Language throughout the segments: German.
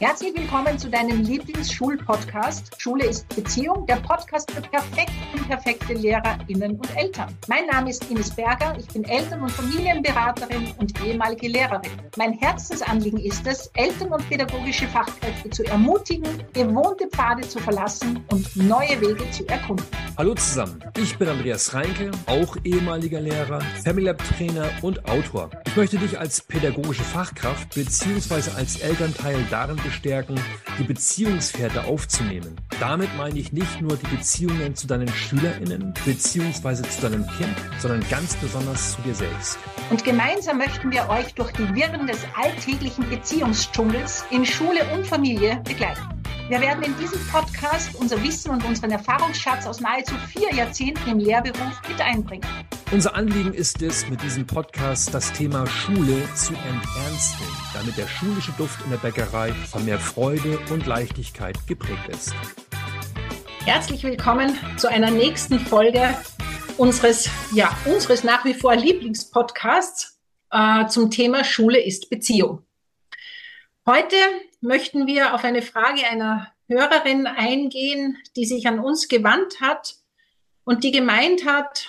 Herzlich willkommen zu deinem Lieblingsschul-Podcast. Schule ist Beziehung, der Podcast für perfekte und perfekte LehrerInnen und Eltern. Mein Name ist Ines Berger, ich bin Eltern- und Familienberaterin und ehemalige Lehrerin. Mein Herzensanliegen ist es, Eltern und pädagogische Fachkräfte zu ermutigen, gewohnte Pfade zu verlassen und neue Wege zu erkunden. Hallo zusammen, ich bin Andreas Reinke, auch ehemaliger Lehrer, Family Lab Trainer und Autor. Ich möchte dich als pädagogische Fachkraft bzw. als Elternteil darin bestärken, die Beziehungsfährte aufzunehmen. Damit meine ich nicht nur die Beziehungen zu deinen SchülerInnen bzw. zu deinem Kind, sondern ganz besonders zu dir selbst. Und gemeinsam möchten wir euch durch die Wirren des alltäglichen Beziehungsdschungels in Schule und Familie begleiten. Wir werden in diesem Podcast unser Wissen und unseren Erfahrungsschatz aus nahezu 4 Jahrzehnten im Lehrberuf mit einbringen. Unser Anliegen ist es, mit diesem Podcast das Thema Schule zu enternsten, damit der schulische Duft in der Bäckerei von mehr Freude und Leichtigkeit geprägt ist. Herzlich willkommen zu einer nächsten Folge unseres nach wie vor Lieblingspodcasts zum Thema Schule ist Beziehung. Heute möchten wir auf eine Frage einer Hörerin eingehen, die sich an uns gewandt hat und die gemeint hat,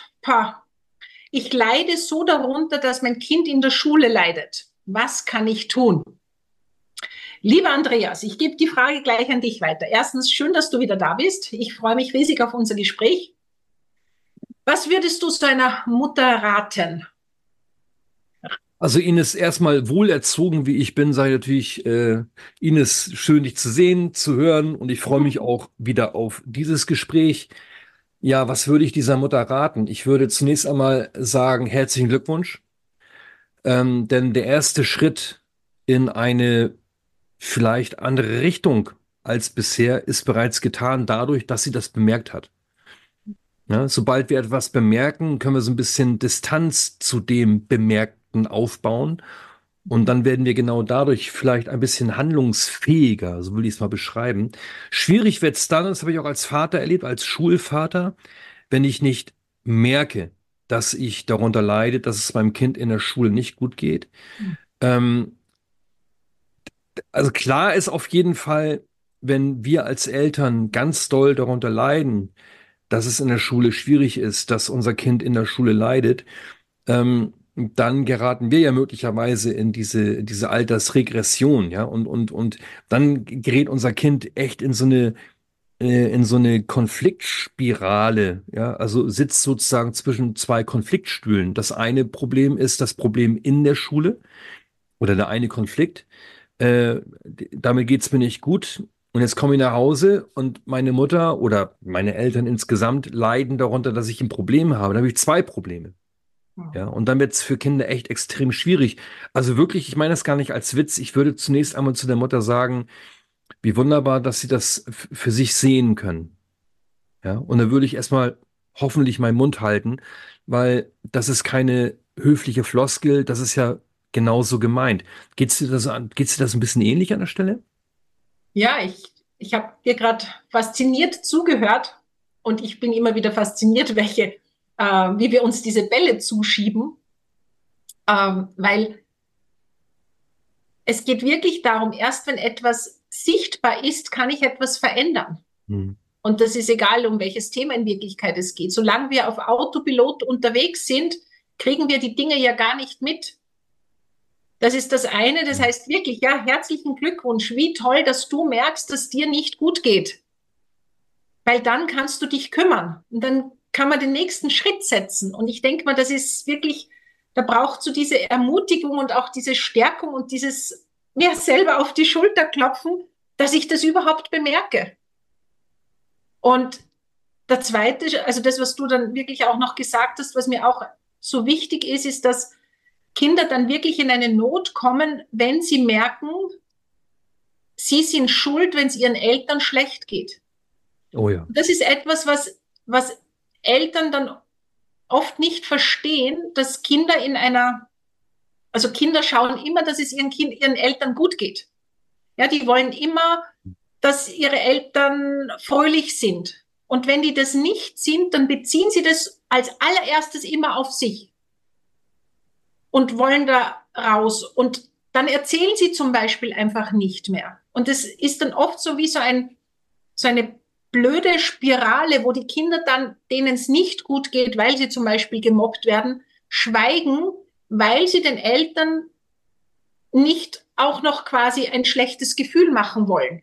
ich leide so darunter, dass mein Kind in der Schule leidet. Was kann ich tun? Lieber Andreas, ich gebe die Frage gleich an dich weiter. Erstens, schön, dass du wieder da bist. Ich freue mich riesig auf unser Gespräch. Was würdest du so einer Mutter raten? Also Ines, erstmal wohlerzogen, wie ich bin, sei natürlich Ines, schön dich zu sehen, zu hören, und ich freue mich auch wieder auf dieses Gespräch. Ja, was würde ich dieser Mutter raten? Ich würde zunächst einmal sagen, herzlichen Glückwunsch, denn der erste Schritt in eine vielleicht andere Richtung als bisher ist bereits getan dadurch, dass sie das bemerkt hat. Ja, sobald wir etwas bemerken, können wir so ein bisschen Distanz zu dem Bemerkten aufbauen. Und dann werden wir genau dadurch vielleicht ein bisschen handlungsfähiger, so will ich es mal beschreiben. Schwierig wird es dann, das habe ich auch als Vater erlebt, als Schulvater, wenn ich nicht merke, dass ich darunter leide, dass es meinem Kind in der Schule nicht gut geht. Also klar ist auf jeden Fall, wenn wir als Eltern ganz doll darunter leiden, dass es in der Schule schwierig ist, dass unser Kind in der Schule leidet, dann geraten wir ja möglicherweise in diese Altersregression, ja, und dann gerät unser Kind echt in so eine Konfliktspirale, ja, also sitzt sozusagen zwischen 2 Konfliktstühlen. Das eine Problem ist das Problem in der Schule oder der eine Konflikt. Damit geht's mir nicht gut. Und jetzt komme ich nach Hause und meine Mutter oder meine Eltern insgesamt leiden darunter, dass ich ein Problem habe. Dann habe ich 2 Probleme. Ja, und dann wird es für Kinder echt extrem schwierig. Also wirklich, ich meine das gar nicht als Witz. Ich würde zunächst einmal zu der Mutter sagen, wie wunderbar, dass sie das für sich sehen können. Ja, und dann würde ich erstmal hoffentlich meinen Mund halten, weil das ist keine höfliche Floskel, das ist ja genauso gemeint. Geht's dir das ein bisschen ähnlich an der Stelle? Ja, ich habe dir gerade fasziniert zugehört und ich bin immer wieder fasziniert, wie wir uns diese Bälle zuschieben, weil es geht wirklich darum, erst wenn etwas sichtbar ist, kann ich etwas verändern. Hm. Und das ist egal, um welches Thema in Wirklichkeit es geht. Solange wir auf Autopilot unterwegs sind, kriegen wir die Dinge ja gar nicht mit. Das ist das eine. Das heißt wirklich, ja, herzlichen Glückwunsch. Wie toll, dass du merkst, dass dir nicht gut geht. Weil dann kannst du dich kümmern. Und dann kann man den nächsten Schritt setzen. Und ich denke mal, das ist wirklich, da braucht so diese Ermutigung und auch diese Stärkung und dieses mir selber auf die Schulter klopfen, dass ich das überhaupt bemerke. Und der zweite, also das, was du dann wirklich auch noch gesagt hast, was mir auch so wichtig ist, ist, dass Kinder dann wirklich in eine Not kommen, wenn sie merken, sie sind schuld, wenn es ihren Eltern schlecht geht. Oh ja. Das ist etwas, was Eltern dann oft nicht verstehen, dass Kinder also Kinder schauen immer, dass es ihren Eltern gut geht. Ja, die wollen immer, dass ihre Eltern fröhlich sind. Und wenn die das nicht sind, dann beziehen sie das als allererstes immer auf sich und wollen da raus. Und dann erzählen sie zum Beispiel einfach nicht mehr. Und das ist dann oft so wie so eine blöde Spirale, wo die Kinder dann, denen es nicht gut geht, weil sie zum Beispiel gemobbt werden, schweigen, weil sie den Eltern nicht auch noch quasi ein schlechtes Gefühl machen wollen.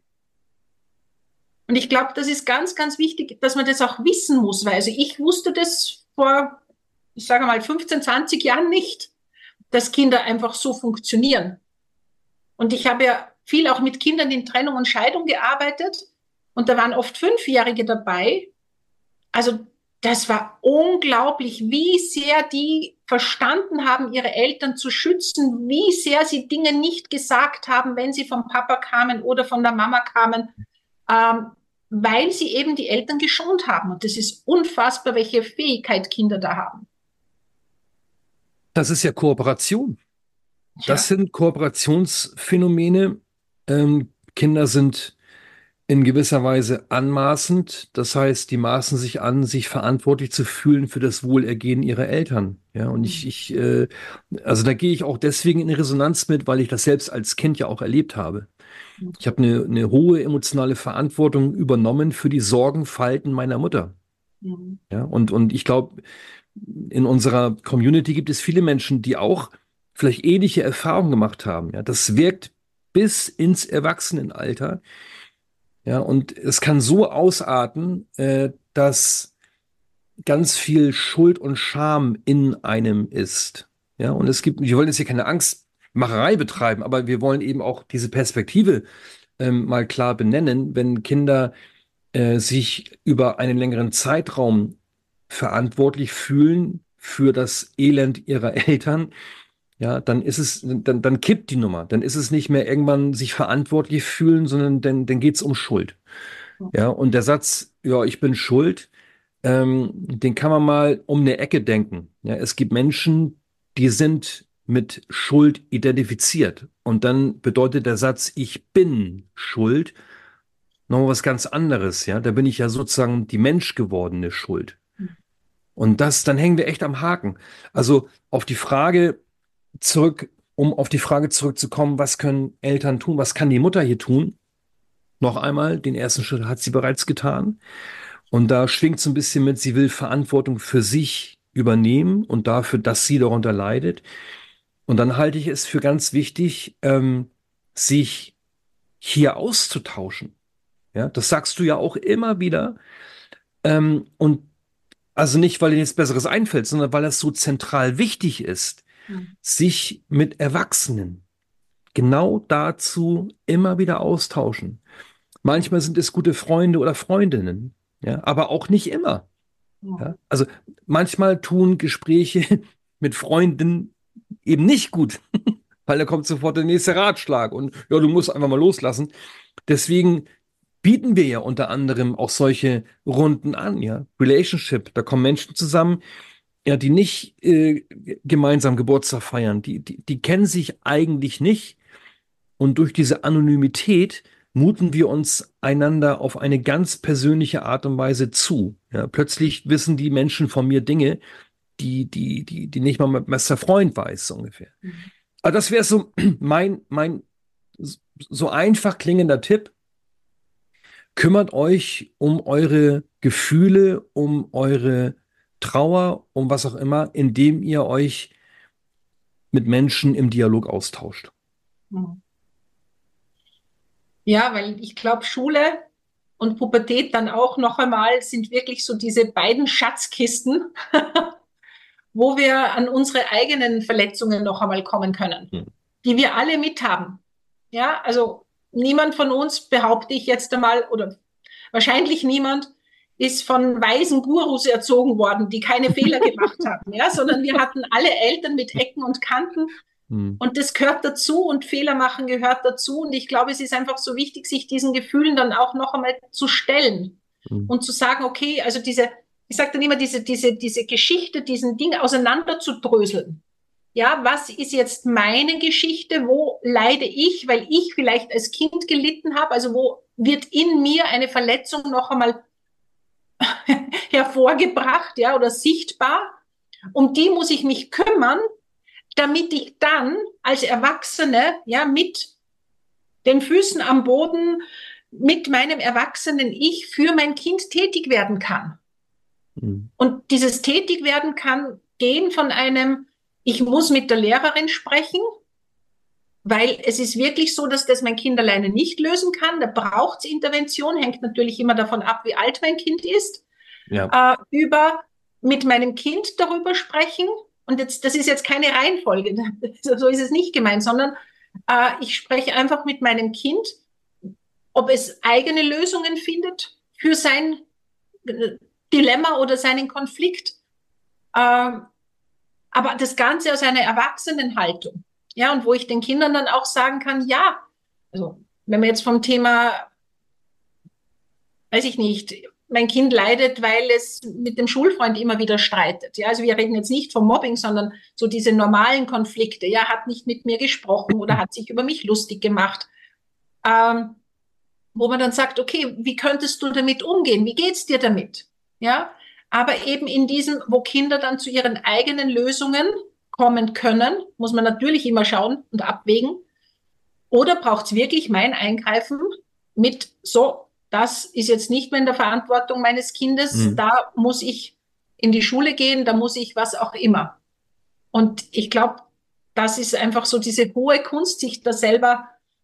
Und ich glaube, das ist ganz, ganz wichtig, dass man das auch wissen muss, weil also ich wusste das vor, ich sage mal, 15, 20 Jahren nicht, dass Kinder einfach so funktionieren. Und ich habe ja viel auch mit Kindern in Trennung und Scheidung gearbeitet und da waren oft 5-Jährige dabei. Also das war unglaublich, wie sehr die verstanden haben, ihre Eltern zu schützen, wie sehr sie Dinge nicht gesagt haben, wenn sie vom Papa kamen oder von der Mama kamen, weil sie eben die Eltern geschont haben. Und das ist unfassbar, welche Fähigkeit Kinder da haben. Das ist ja Kooperation. Das Ja. sind Kooperationsphänomene. Kinder sind in gewisser Weise anmaßend. Das heißt, die maßen sich an, sich verantwortlich zu fühlen für das Wohlergehen ihrer Eltern. Ja, und also da gehe ich auch deswegen in Resonanz mit, weil ich das selbst als Kind ja auch erlebt habe. Ich habe eine hohe emotionale Verantwortung übernommen für die Sorgenfalten meiner Mutter. Ja, und ich glaube, in unserer Community gibt es viele Menschen, die auch vielleicht ähnliche Erfahrungen gemacht haben. Ja, das wirkt bis ins Erwachsenenalter. Ja, und es kann so ausarten, dass ganz viel Schuld und Scham in einem ist. Ja, und wir wollen jetzt hier keine Angstmacherei betreiben, aber wir wollen eben auch diese Perspektive mal klar benennen, wenn Kinder sich über einen längeren Zeitraum verantwortlich fühlen für das Elend ihrer Eltern, ja, dann kippt die Nummer. Dann ist es nicht mehr irgendwann sich verantwortlich fühlen, sondern dann geht es um Schuld. Ja, und der Satz, ja, ich bin schuld, den kann man mal um eine Ecke denken. Ja, es gibt Menschen, die sind mit Schuld identifiziert. Und dann bedeutet der Satz, ich bin schuld, noch was ganz anderes. Ja, da bin ich ja sozusagen die menschgewordene Schuld. Und dann hängen wir echt am Haken. Also um auf die Frage zurückzukommen, was können Eltern tun? Was kann die Mutter hier tun? Noch einmal, den ersten Schritt hat sie bereits getan. Und da schwingt so ein bisschen mit, sie will Verantwortung für sich übernehmen und dafür, dass sie darunter leidet. Und dann halte ich es für ganz wichtig, sich hier auszutauschen. Ja, das sagst du ja auch immer wieder. Und also nicht, weil dir nichts Besseres einfällt, sondern weil es so zentral wichtig ist, sich mit Erwachsenen genau dazu immer wieder austauschen. Manchmal sind es gute Freunde oder Freundinnen, ja, aber auch nicht immer. Ja? Also manchmal tun Gespräche mit Freunden eben nicht gut, weil da kommt sofort der nächste Ratschlag und ja, du musst einfach mal loslassen. Deswegen bieten wir ja unter anderem auch solche Runden an, ja. Relationship, da kommen Menschen zusammen, ja, die nicht gemeinsam Geburtstag feiern, die kennen sich eigentlich nicht. Und durch diese Anonymität muten wir uns einander auf eine ganz persönliche Art und Weise zu. Ja, plötzlich wissen die Menschen von mir Dinge, die nicht mal mein bester Freund weiß, so ungefähr. Aber das wäre so mein so einfach klingender Tipp. Kümmert euch um eure Gefühle, um eure Trauer, um was auch immer, indem ihr euch mit Menschen im Dialog austauscht. Ja, weil ich glaube, Schule und Pubertät dann auch noch einmal sind wirklich so diese beiden Schatzkisten, wo wir an unsere eigenen Verletzungen noch einmal kommen können, die wir alle mithaben. Ja, also niemand von uns, behaupte ich jetzt einmal, oder wahrscheinlich niemand, ist von weisen Gurus erzogen worden, die keine Fehler gemacht haben, ja, sondern wir hatten alle Eltern mit Ecken und Kanten. Und das gehört dazu und Fehler machen gehört dazu. Und ich glaube, es ist einfach so wichtig, sich diesen Gefühlen dann auch noch einmal zu stellen und zu sagen, okay, also ich sage dann immer, diese Geschichte, diesen Ding auseinander zu dröseln. Ja, was ist jetzt meine Geschichte? Wo leide ich, weil ich vielleicht als Kind gelitten habe? Also wo wird in mir eine Verletzung noch einmal hervorgebracht, ja, oder sichtbar? Um die muss ich mich kümmern, damit ich dann als Erwachsene, ja, mit den Füßen am Boden, mit meinem erwachsenen Ich für mein Kind tätig werden kann. Mhm. Und dieses Tätigwerden kann gehen von einem, ich muss mit der Lehrerin sprechen, weil es ist wirklich so, dass das mein Kind alleine nicht lösen kann. Da braucht es Intervention, hängt natürlich immer davon ab, wie alt mein Kind ist. Ja. Über mit meinem Kind darüber sprechen. Und jetzt, das ist jetzt keine Reihenfolge, so ist es nicht gemeint, sondern ich spreche einfach mit meinem Kind, ob es eigene Lösungen findet für sein Dilemma oder seinen Konflikt. Aber das Ganze aus einer Erwachsenenhaltung. Ja, und wo ich den Kindern dann auch sagen kann, ja, also wenn wir jetzt vom Thema, weiß ich nicht, mein Kind leidet, weil es mit dem Schulfreund immer wieder streitet. Ja, also wir reden jetzt nicht vom Mobbing, sondern so diese normalen Konflikte. Ja, hat nicht mit mir gesprochen oder hat sich über mich lustig gemacht. Wo man dann sagt, okay, wie könntest du damit umgehen? Wie geht's dir damit? Ja, aber eben in diesem, wo Kinder dann zu ihren eigenen Lösungen kommen können, muss man natürlich immer schauen und abwägen. Oder braucht es wirklich mein Eingreifen mit, so, das ist jetzt nicht mehr in der Verantwortung meines Kindes, da muss ich in die Schule gehen, da muss ich was auch immer. Und ich glaube, das ist einfach so diese hohe Kunst, sich da selber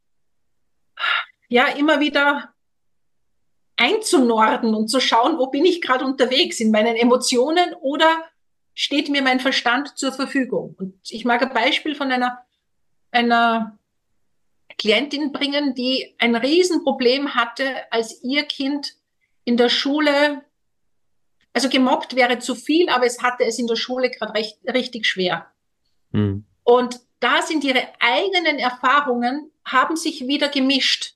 ja immer wieder einzunorden und zu schauen, wo bin ich gerade unterwegs in meinen Emotionen oder steht mir mein Verstand zur Verfügung. Und ich mag ein Beispiel von einer Klientin bringen, die ein Riesenproblem hatte, als ihr Kind in der Schule, also gemobbt wäre zu viel, aber es hatte es in der Schule gerade richtig schwer. Und da sind ihre eigenen Erfahrungen, haben sich wieder gemischt.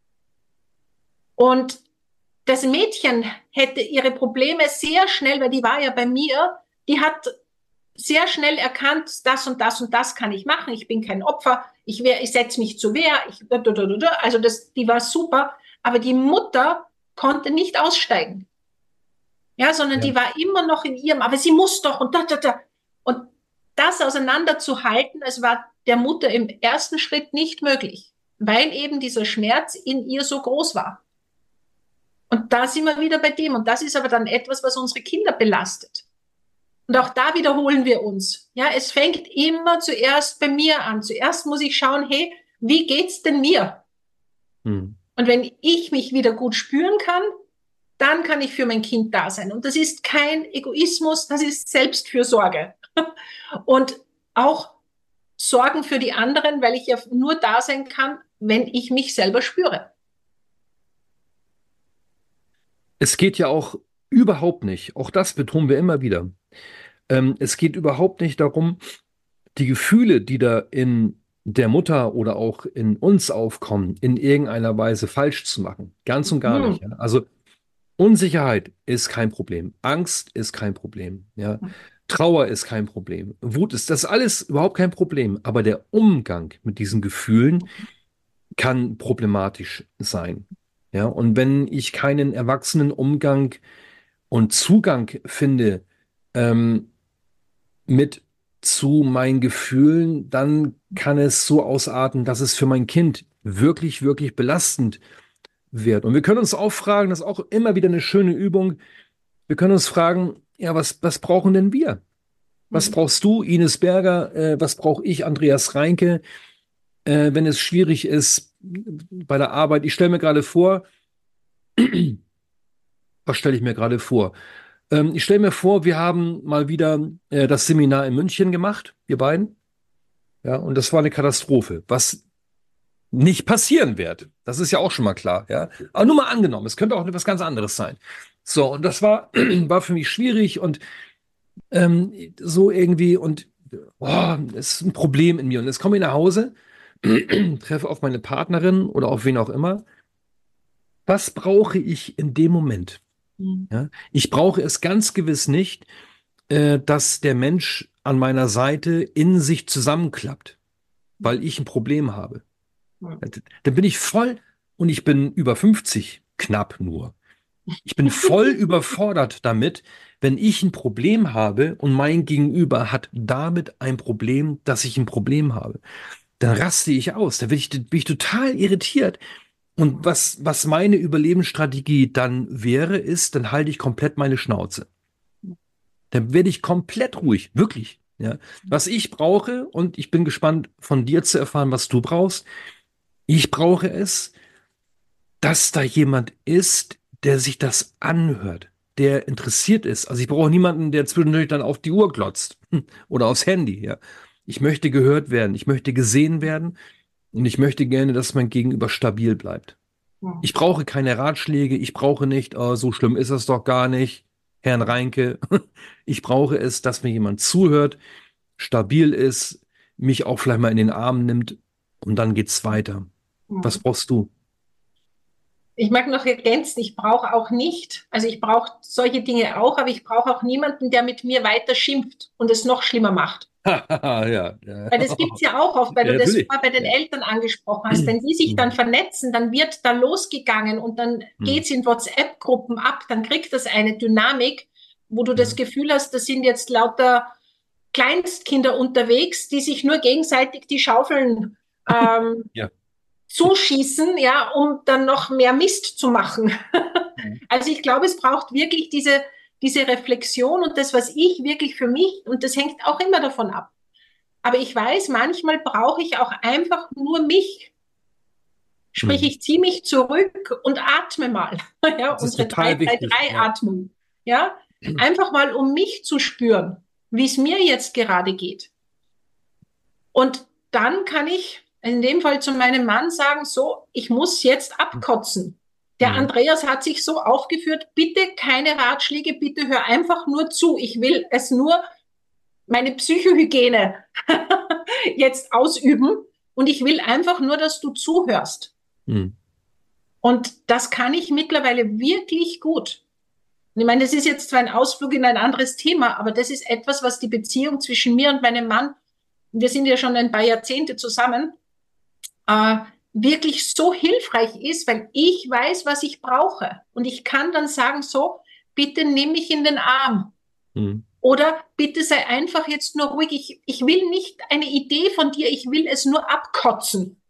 Und das Mädchen hätte ihre Probleme sehr schnell, weil die war ja bei mir, die hat sehr schnell erkannt, das und das und das kann ich machen, ich bin kein Opfer, ich setze mich zur Wehr, also die war super, aber die Mutter konnte nicht aussteigen. Ja, sondern die war immer noch in ihrem, aber sie muss doch und da. Und das auseinanderzuhalten, es war der Mutter im ersten Schritt nicht möglich, weil eben dieser Schmerz in ihr so groß war. Und da sind wir wieder bei dem. Und das ist aber dann etwas, was unsere Kinder belastet. Und auch da wiederholen wir uns. Ja, es fängt immer zuerst bei mir an. Zuerst muss ich schauen, hey, wie geht's denn mir? Und wenn ich mich wieder gut spüren kann, dann kann ich für mein Kind da sein. Und das ist kein Egoismus, das ist Selbstfürsorge. Und auch Sorgen für die anderen, weil ich ja nur da sein kann, wenn ich mich selber spüre. Es geht ja auch überhaupt nicht, auch das betonen wir immer wieder. Es geht überhaupt nicht darum, die Gefühle, die da in der Mutter oder auch in uns aufkommen, in irgendeiner Weise falsch zu machen. Ganz und gar nicht. Ja? Also Unsicherheit ist kein Problem. Angst ist kein Problem. Ja? Trauer ist kein Problem. Wut ist das alles überhaupt kein Problem. Aber der Umgang mit diesen Gefühlen kann problematisch sein. Ja? Und wenn ich keinen erwachsenen Umgang und Zugang finde, mit zu meinen Gefühlen, dann kann es so ausarten, dass es für mein Kind wirklich, wirklich belastend wird. Und wir können uns auch fragen, das ist auch immer wieder eine schöne Übung, wir können uns fragen, ja, was brauchen denn wir? Was brauchst du, Ines Berger? Was brauche ich, Andreas Reinke, wenn es schwierig ist bei der Arbeit? Ich stelle mir gerade vor, was stelle ich mir gerade vor? Ich stelle mir vor, wir haben mal wieder das Seminar in München gemacht, wir beiden. Ja, und das war eine Katastrophe, was nicht passieren wird. Das ist ja auch schon mal klar. Ja, aber nur mal angenommen, es könnte auch etwas ganz anderes sein. So, und das war für mich schwierig und so irgendwie und es ist ein Problem in mir. Und jetzt komme ich nach Hause, treffe auf meine Partnerin oder auf wen auch immer. Was brauche ich in dem Moment? Ja? Ich brauche es ganz gewiss nicht, dass der Mensch an meiner Seite in sich zusammenklappt, weil ich ein Problem habe. Dann bin ich voll und ich bin über 50, knapp nur. Ich bin voll überfordert damit, wenn ich ein Problem habe und mein Gegenüber hat damit ein Problem, dass ich ein Problem habe. Dann raste ich aus. Bin ich total irritiert. Und was meine Überlebensstrategie dann wäre, ist, dann halte ich komplett meine Schnauze. Dann werde ich komplett ruhig, wirklich. Ja. Was ich brauche, und ich bin gespannt von dir zu erfahren, was du brauchst. Ich brauche es, dass da jemand ist, der sich das anhört, der interessiert ist. Also ich brauche niemanden, der zwischendurch dann auf die Uhr glotzt oder aufs Handy. Ja. Ich möchte gehört werden, ich möchte gesehen werden und ich möchte gerne, dass mein Gegenüber stabil bleibt. Ich brauche keine Ratschläge, ich brauche nicht, oh, so schlimm ist es doch gar nicht, Herrn Reinke. Ich brauche es, dass mir jemand zuhört, stabil ist, mich auch vielleicht mal in den Arm nimmt und dann geht's weiter. Was brauchst du? Ich mag noch ergänzen, ich brauche auch nicht, also ich brauche solche Dinge auch, aber ich brauche auch niemanden, der mit mir weiter schimpft und es noch schlimmer macht. Ja, ja. Weil das gibt es ja auch oft, weil Ja, du das natürlich. vorher bei den Ja. Eltern angesprochen hast. Wenn die sich dann Mhm. vernetzen, dann wird da losgegangen und dann Mhm. geht es in WhatsApp-Gruppen ab, dann kriegt das eine Dynamik, wo du das Ja. Gefühl hast, da sind jetzt lauter Kleinstkinder unterwegs, die sich nur gegenseitig die Schaufeln Ja. zuschießen, ja, um dann noch mehr Mist zu machen. Mhm. Also ich glaube, es braucht wirklich diese Reflexion und das, was ich wirklich für mich, und das hängt auch immer davon ab. Aber ich weiß, manchmal brauche ich auch einfach nur mich. Sprich, Mhm. ich ziehe mich zurück und atme mal. Ja, Das ist unsere total wichtig. Ja. 3-3-3-Atmung. Ja, einfach mal, um mich zu spüren, wie es mir jetzt gerade geht. Und dann kann ich in dem Fall zu meinem Mann sagen, so, ich muss jetzt abkotzen. Der Mhm. Andreas hat sich so aufgeführt, bitte keine Ratschläge, bitte hör einfach nur zu. Ich will es nur, meine Psychohygiene jetzt ausüben und ich will einfach nur, dass du zuhörst. Mhm. Und das kann ich mittlerweile wirklich gut. Und ich meine, das ist jetzt zwar ein Ausflug in ein anderes Thema, aber das ist etwas, was die Beziehung zwischen mir und meinem Mann, wir sind ja schon ein paar Jahrzehnte zusammen, äh, wirklich so hilfreich ist, weil ich weiß, was ich brauche. Und ich kann dann sagen, so, bitte nimm mich in den Arm. Mhm. Oder bitte sei einfach jetzt nur ruhig. Ich will nicht eine Idee von dir, ich will es nur abkotzen.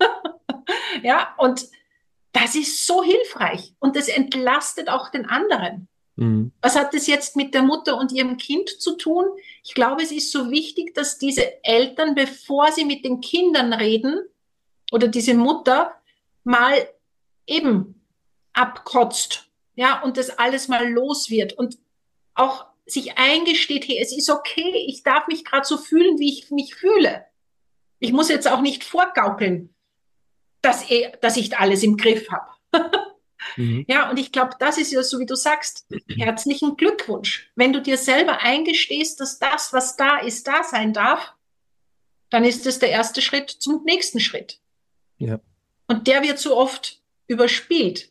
Ja, und das ist so hilfreich und das entlastet auch den anderen. Mhm. Was hat das jetzt mit der Mutter und ihrem Kind zu tun? Ich glaube, es ist so wichtig, dass diese Eltern, bevor sie mit den Kindern reden, oder diese Mutter mal eben abkotzt, ja, und das alles mal los wird und auch sich eingesteht, hey, es ist okay, ich darf mich gerade so fühlen, wie ich mich fühle. Ich muss jetzt auch nicht vorgaukeln, dass ich alles im Griff habe. Mhm. Ja, und ich glaube, das ist ja so, wie du sagst, herzlichen Glückwunsch. Wenn du dir selber eingestehst, dass das, was da ist, da sein darf, dann ist es der erste Schritt zum nächsten Schritt. Ja. Und der wird so oft überspielt.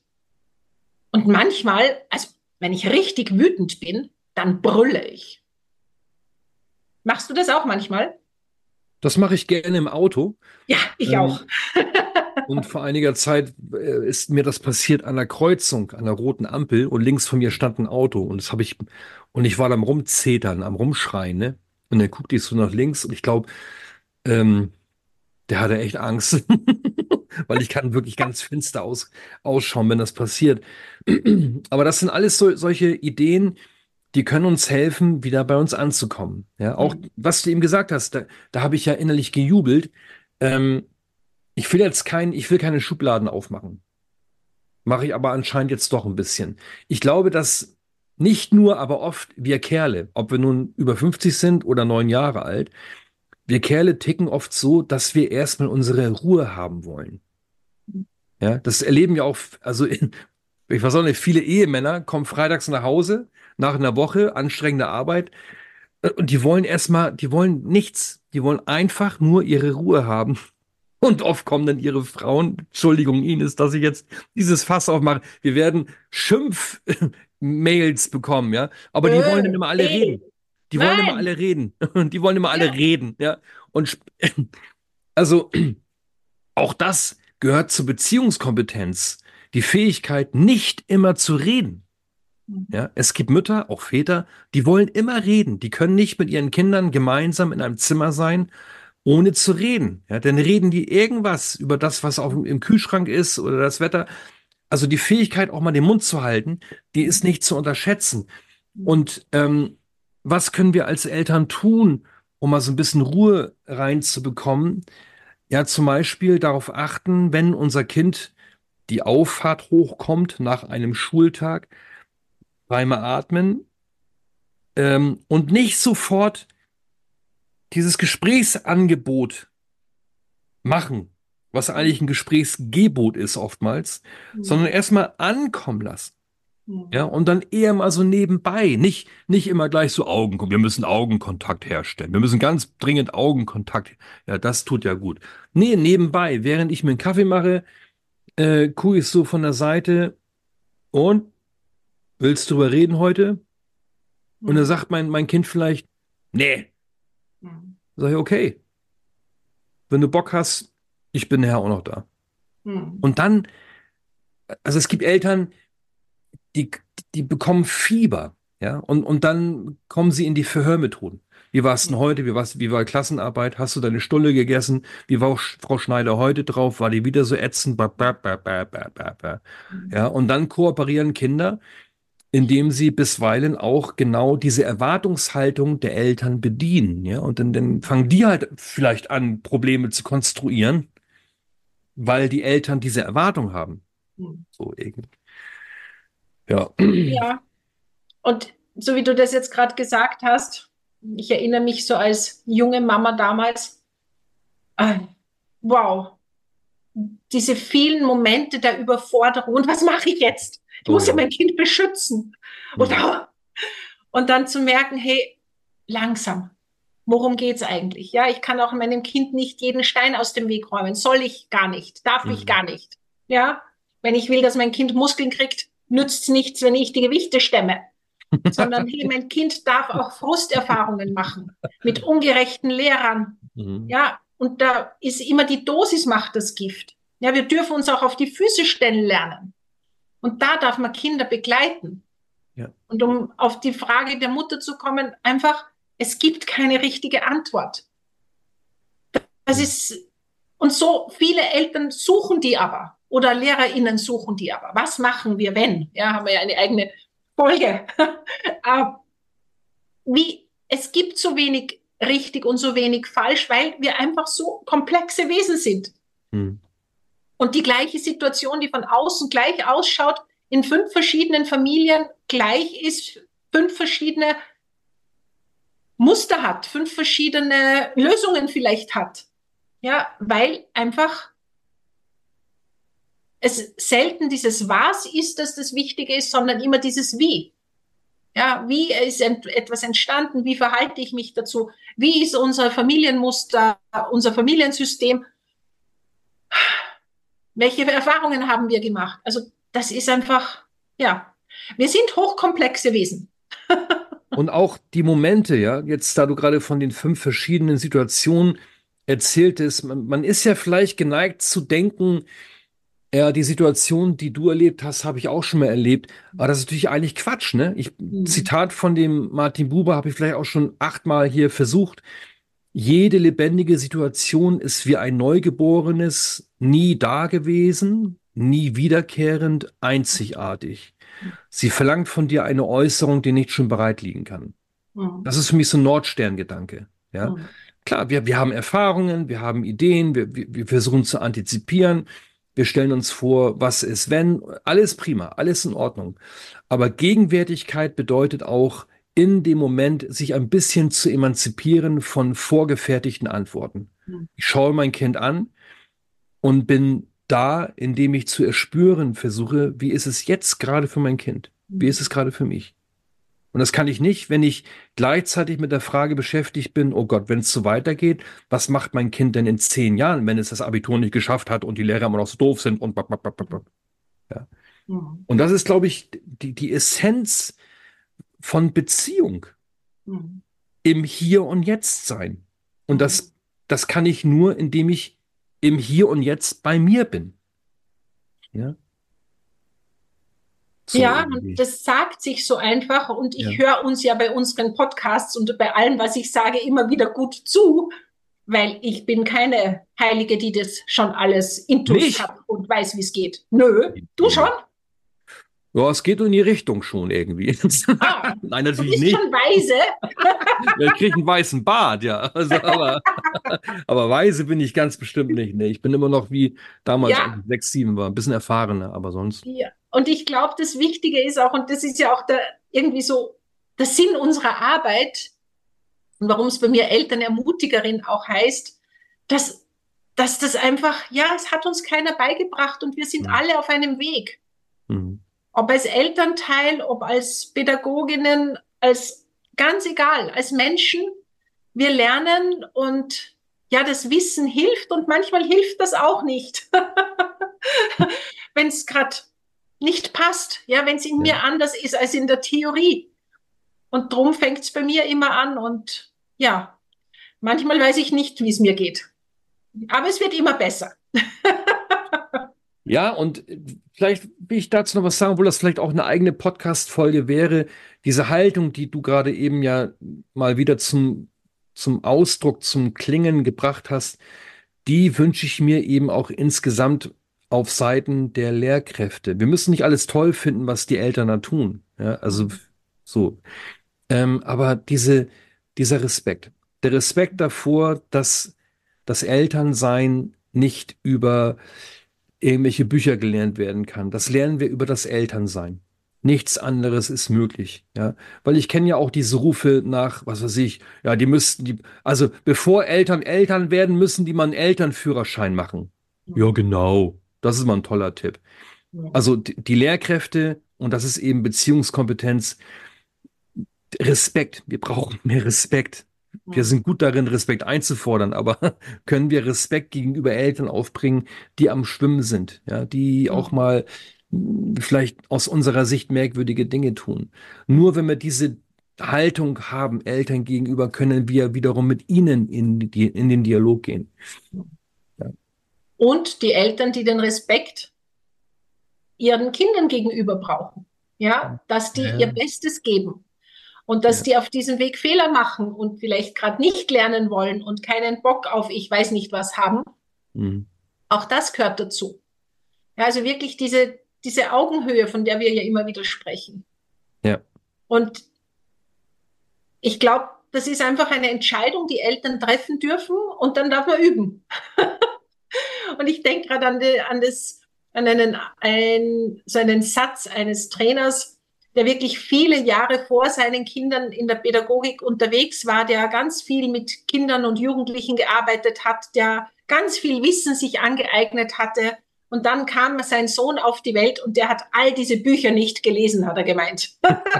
Und manchmal, also wenn ich richtig wütend bin, dann brülle ich. Machst du das auch manchmal? Das mache ich gerne im Auto. Ja, ich auch. Ähm, und vor einiger Zeit ist mir das passiert an der Kreuzung, an der roten Ampel und links von mir stand ein Auto und ich war am Rumzetern, am Rumschreien, ne? Und dann guckte ich so nach links und ich glaube, ähm, der hatte echt Angst, weil ich kann wirklich ganz finster ausschauen, wenn das passiert. Aber das sind alles solche Ideen, die können uns helfen, wieder bei uns anzukommen. Ja, auch was du eben gesagt hast, da habe ich ja innerlich gejubelt. Ähm, ich will keine Schubladen aufmachen. Mache ich aber anscheinend jetzt doch ein bisschen. Ich glaube, dass nicht nur, aber oft wir Kerle, ob wir nun über 50 sind oder 9 Jahre alt, wir Kerle ticken oft so, dass wir erstmal unsere Ruhe haben wollen. Ja, das erleben ja auch, ich weiß auch nicht, viele Ehemänner kommen freitags nach Hause nach einer Woche anstrengender Arbeit und die wollen nichts. Die wollen einfach nur ihre Ruhe haben. Und oft kommen dann ihre Frauen, Entschuldigung, Ines, dass ich jetzt dieses Fass aufmache. Wir werden Schimpf-Mails bekommen, ja. Aber die wollen dann immer alle Nee, reden. Die wollen immer nein. alle reden. Die wollen immer alle Ja. reden, ja. Und also auch das gehört zur Beziehungskompetenz. Die Fähigkeit, nicht immer zu reden. Ja, es gibt Mütter, auch Väter, die wollen immer reden. Die können nicht mit ihren Kindern gemeinsam in einem Zimmer sein, ohne zu reden. Ja, dann reden die irgendwas über das, was im Kühlschrank ist oder das Wetter. Also die Fähigkeit, auch mal den Mund zu halten, die ist nicht zu unterschätzen. Und was können wir als Eltern tun, um mal so ein bisschen Ruhe reinzubekommen? Ja, zum Beispiel darauf achten, wenn unser Kind die Auffahrt hochkommt nach einem Schultag, dreimal atmen, und nicht sofort dieses Gesprächsangebot machen, was eigentlich ein Gesprächsgebot ist oftmals, sondern erstmal ankommen lassen. Ja, und dann eher mal so nebenbei, nicht immer gleich so wir müssen Augenkontakt herstellen. Wir müssen ganz dringend Augenkontakt. Ja, das tut ja gut. Nee, nebenbei, während ich mir einen Kaffee mache, gucke ich so von der Seite und willst du drüber reden heute? Und dann sagt mein Kind vielleicht, nee. Sag ich, okay, wenn du Bock hast, ich bin nachher auch noch da. Und dann, also es gibt Eltern, die, die bekommen Fieber, ja, und dann kommen sie in die Verhörmethoden. Wie war es denn heute? Wie war Klassenarbeit? Hast du deine Stulle gegessen? Wie war Frau Schneider heute drauf? War die wieder so ätzend? Ja, und dann kooperieren Kinder, indem sie bisweilen auch genau diese Erwartungshaltung der Eltern bedienen, ja, und dann fangen die halt vielleicht an, Probleme zu konstruieren, weil die Eltern diese Erwartung haben. So irgendwie. Ja. Ja, und so wie du das jetzt gerade gesagt hast, ich erinnere mich so als junge Mama damals, äh, wow, diese vielen Momente der Überforderung. Und was mache ich jetzt? Ich Oh muss ja ja. mein Kind beschützen. Hm. Und dann zu merken, hey, langsam, worum geht's eigentlich? Ja, ich kann auch meinem Kind nicht jeden Stein aus dem Weg räumen. Soll ich gar nicht, darf ich Hm. gar nicht. Ja, wenn ich will, dass mein Kind Muskeln kriegt, nützt nichts, wenn ich die Gewichte stemme. Sondern hey, mein Kind darf auch Frusterfahrungen machen mit ungerechten Lehrern. Hm. Ja, und da ist immer die Dosis macht das Gift. Ja, wir dürfen uns auch auf die Füße stellen lernen. Und da darf man Kinder begleiten. Ja. Und um auf die Frage der Mutter zu kommen, einfach, es gibt keine richtige Antwort. Das Hm. ist, und so viele Eltern suchen die aber oder LehrerInnen suchen die aber. Was machen wir, wenn? Ja, haben wir ja eine eigene Folge. Es gibt so wenig richtig und so wenig falsch, weil wir einfach so komplexe Wesen sind. Hm. Und die gleiche Situation, die von außen gleich ausschaut, in 5 verschiedenen Familien gleich ist, 5 verschiedene Muster hat, 5 verschiedene Lösungen vielleicht hat. Ja, weil einfach es selten dieses Was ist, dass das Wichtige ist, sondern immer dieses Wie. Ja, wie ist etwas entstanden? Wie verhalte ich mich dazu? Wie ist unser Familienmuster, unser Familiensystem? Welche Erfahrungen haben wir gemacht? Also das ist einfach, ja, wir sind hochkomplexe Wesen. Und auch die Momente, ja, jetzt da du gerade von den 5 verschiedenen Situationen erzähltest, man ist ja vielleicht geneigt zu denken, ja, die Situation, die du erlebt hast, habe ich auch schon mal erlebt. Aber das ist natürlich eigentlich Quatsch, ne? Zitat von dem Martin Buber habe ich vielleicht auch schon 8-mal hier versucht. Jede lebendige Situation ist wie ein Neugeborenes, nie dagewesen, nie wiederkehrend, einzigartig. Sie verlangt von dir eine Äußerung, die nicht schon bereit liegen kann. Mhm. Das ist für mich so ein Nordstern-Gedanke. Ja, Mhm. klar, wir haben Erfahrungen, wir haben Ideen, wir versuchen zu antizipieren, wir stellen uns vor, was ist, wenn, alles prima, alles in Ordnung. Aber Gegenwärtigkeit bedeutet auch, in dem Moment sich ein bisschen zu emanzipieren von vorgefertigten Antworten. Mhm. Ich schaue mein Kind an und bin da, indem ich zu erspüren versuche, wie ist es jetzt gerade für mein Kind? Wie ist es gerade für mich? Und das kann ich nicht, wenn ich gleichzeitig mit der Frage beschäftigt bin, oh Gott, wenn es so weitergeht, was macht mein Kind denn in 10 Jahren, wenn es das Abitur nicht geschafft hat und die Lehrer immer noch so doof sind und ja. Mhm. Und das ist, glaube ich, die Essenz von Beziehung Mhm. im Hier und Jetzt sein. Und Mhm. das kann ich nur, indem ich im Hier und Jetzt bei mir bin. Ja. So Ja, und irgendwie. das sagt sich so einfach und ich Ja. höre uns ja bei unseren Podcasts und bei allem, was ich sage, immer wieder gut zu, weil ich bin keine Heilige, die das schon alles intus Nicht? hat und weiß, wie es geht. Nö, du schon? Ja, es geht in die Richtung schon irgendwie. Ah, Nein, du natürlich bist nicht. schon weise. Ja, ich kriege einen weißen Bart, ja. Also, aber weise bin ich ganz bestimmt nicht. Nee, ich bin immer noch wie damals, als Ja, ich 6, 7 war. Ein bisschen erfahrener, aber sonst. ja. Und ich glaube, das Wichtige ist auch, und das ist ja auch irgendwie so der Sinn unserer Arbeit und warum es bei mir Elternermutigerin auch heißt, dass, dass das einfach, ja, es hat uns keiner beigebracht und wir sind Mhm. alle auf einem Weg. Mhm. Ob als Elternteil, ob als Pädagoginnen, als ganz egal, als Menschen, wir lernen und ja, das Wissen hilft und manchmal hilft das auch nicht. Wenn es gerade nicht passt, ja, wenn es in Ja. mir anders ist als in der Theorie. Und drum fängt es bei mir immer an und ja, manchmal weiß ich nicht, wie es mir geht. Aber es wird immer besser. Ja, und vielleicht will ich dazu noch was sagen, obwohl das vielleicht auch eine eigene Podcast-Folge wäre. Diese Haltung, die du gerade eben ja mal wieder zum Ausdruck, zum Klingen gebracht hast, die wünsche ich mir eben auch insgesamt auf Seiten der Lehrkräfte. Wir müssen nicht alles toll finden, was die Eltern da tun. Ja, also so. Aber dieser Respekt, der Respekt davor, dass das Elternsein nicht über irgendwelche Bücher gelernt werden kann. Das lernen wir über das Elternsein. Nichts anderes ist möglich, ja. Weil ich kenne ja auch diese Rufe nach, was weiß ich, ja, also bevor Eltern Eltern werden, müssen die mal einen Elternführerschein machen. Ja, genau. Das ist mal ein toller Tipp. Also die Lehrkräfte, und das ist eben Beziehungskompetenz, Respekt. Wir brauchen mehr Respekt. Wir sind gut darin, Respekt einzufordern, aber können wir Respekt gegenüber Eltern aufbringen, die am Schwimmen sind, ja, die auch mal vielleicht aus unserer Sicht merkwürdige Dinge tun. Nur wenn wir diese Haltung haben, Eltern gegenüber, können wir wiederum mit ihnen in den Dialog gehen. Ja, Und die Eltern, die den Respekt ihren Kindern gegenüber brauchen. Ja, dass die ihr ja, Bestes geben und dass ja. die auf diesem Weg Fehler machen und vielleicht gerade nicht lernen wollen und keinen Bock auf ich weiß nicht was haben. Mhm. Auch das gehört dazu. Ja, also wirklich diese Augenhöhe, von der wir ja immer wieder sprechen. Ja, Und ich glaube, das ist einfach eine Entscheidung, die Eltern treffen dürfen und dann darf man üben. Und ich denke gerade so einen Satz eines Trainers, der wirklich viele Jahre vor seinen Kindern in der Pädagogik unterwegs war, der ganz viel mit Kindern und Jugendlichen gearbeitet hat, der ganz viel Wissen sich angeeignet hatte. Und dann kam sein Sohn auf die Welt und der hat all diese Bücher nicht gelesen, hat er gemeint.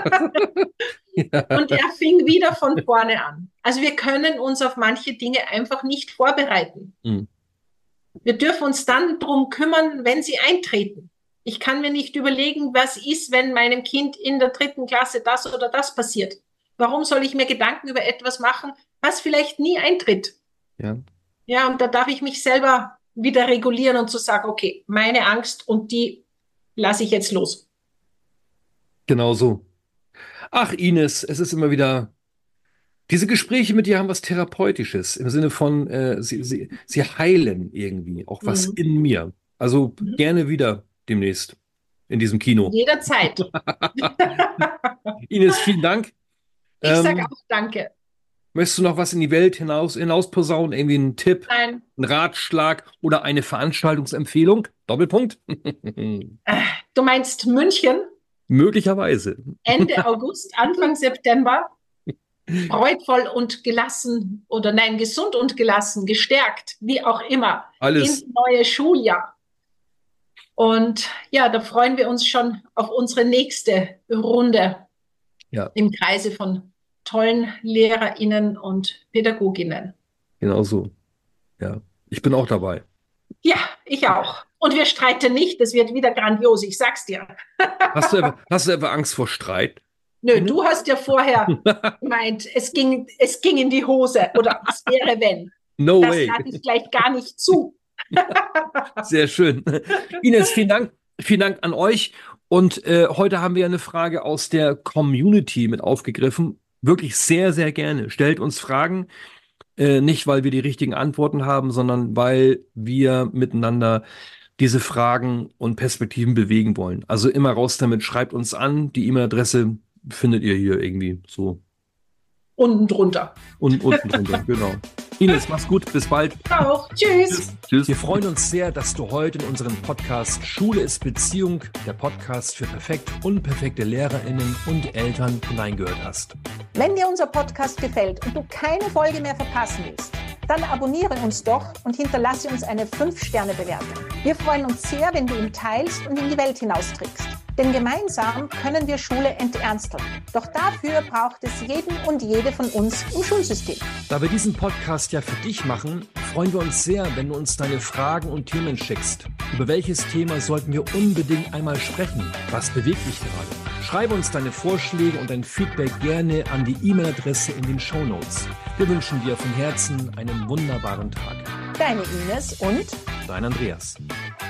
Und er fing wieder von vorne an. Also wir können uns auf manche Dinge einfach nicht vorbereiten. Mhm. Wir dürfen uns dann darum kümmern, wenn sie eintreten. Ich kann mir nicht überlegen, was ist, wenn meinem Kind in der 3. Klasse das oder das passiert. Warum soll ich mir Gedanken über etwas machen, was vielleicht nie eintritt? Ja, Ja, und da darf ich mich selber wieder regulieren und zu sagen, okay, meine Angst und die lasse ich jetzt los. genau so. Ach, Ines, es ist immer wieder. Diese Gespräche mit dir haben was Therapeutisches im Sinne von, sie heilen irgendwie auch was Mhm. in mir. Also gerne wieder demnächst in diesem Kino. Jederzeit. Ines, vielen Dank. Ich sage Ähm, auch Danke. Möchtest du noch was in die Welt hinaus posaunen? Irgendwie einen Tipp, Nein, einen Ratschlag oder eine Veranstaltungsempfehlung? Doppelpunkt? du meinst München, Möglicherweise. Ende August, Anfang September. Freudvoll und gelassen oder nein, gesund und gelassen, gestärkt, wie auch immer, ins Alles. neue Schuljahr. Und ja, da freuen wir uns schon auf unsere nächste Runde Ja, im Kreise von tollen LehrerInnen und Pädagoginnen. genau so. Ja, ich bin auch dabei. Ja, ich auch. Und wir streiten nicht, das wird wieder grandios, ich sag's dir. Hast du etwa Angst vor Streit, Nö, Ines? du hast ja vorher gemeint, es ging in die Hose oder was wäre, wenn. No Das way. lade ich gleich gar nicht zu. Sehr schön. Ines, vielen Dank. Vielen Dank an euch Und heute haben wir eine Frage aus der Community mit aufgegriffen. Wirklich sehr, sehr gerne. Stellt uns Fragen, nicht weil wir die richtigen Antworten haben, sondern weil wir miteinander diese Fragen und Perspektiven bewegen wollen. Also immer raus damit, schreibt uns an. Die E-Mail-Adresse findet ihr hier irgendwie so. Unten drunter. Und unten drunter, genau. Ines, mach's gut, bis bald. Auch. Tschüss. Tschüss. Wir freuen uns sehr, dass du heute in unseren Podcast Schule ist Beziehung, der Podcast für perfekt unperfekte LehrerInnen und Eltern, hineingehört hast. Wenn dir unser Podcast gefällt und du keine Folge mehr verpassen willst, dann abonniere uns doch und hinterlasse uns eine 5-Sterne-Bewertung. Wir freuen uns sehr, wenn du ihn teilst und in die Welt hinausträgst. Denn gemeinsam können wir Schule enternsteln. Doch dafür braucht es jeden und jede von uns im Schulsystem. Da wir diesen Podcast ja für dich machen, freuen wir uns sehr, wenn du uns deine Fragen und Themen schickst. Über welches Thema sollten wir unbedingt einmal sprechen? Was bewegt dich gerade? Schreibe uns deine Vorschläge und dein Feedback gerne an die E-Mail-Adresse in den Shownotes. Wir wünschen dir von Herzen einen wunderbaren Tag. Deine Ines und Dein Andreas.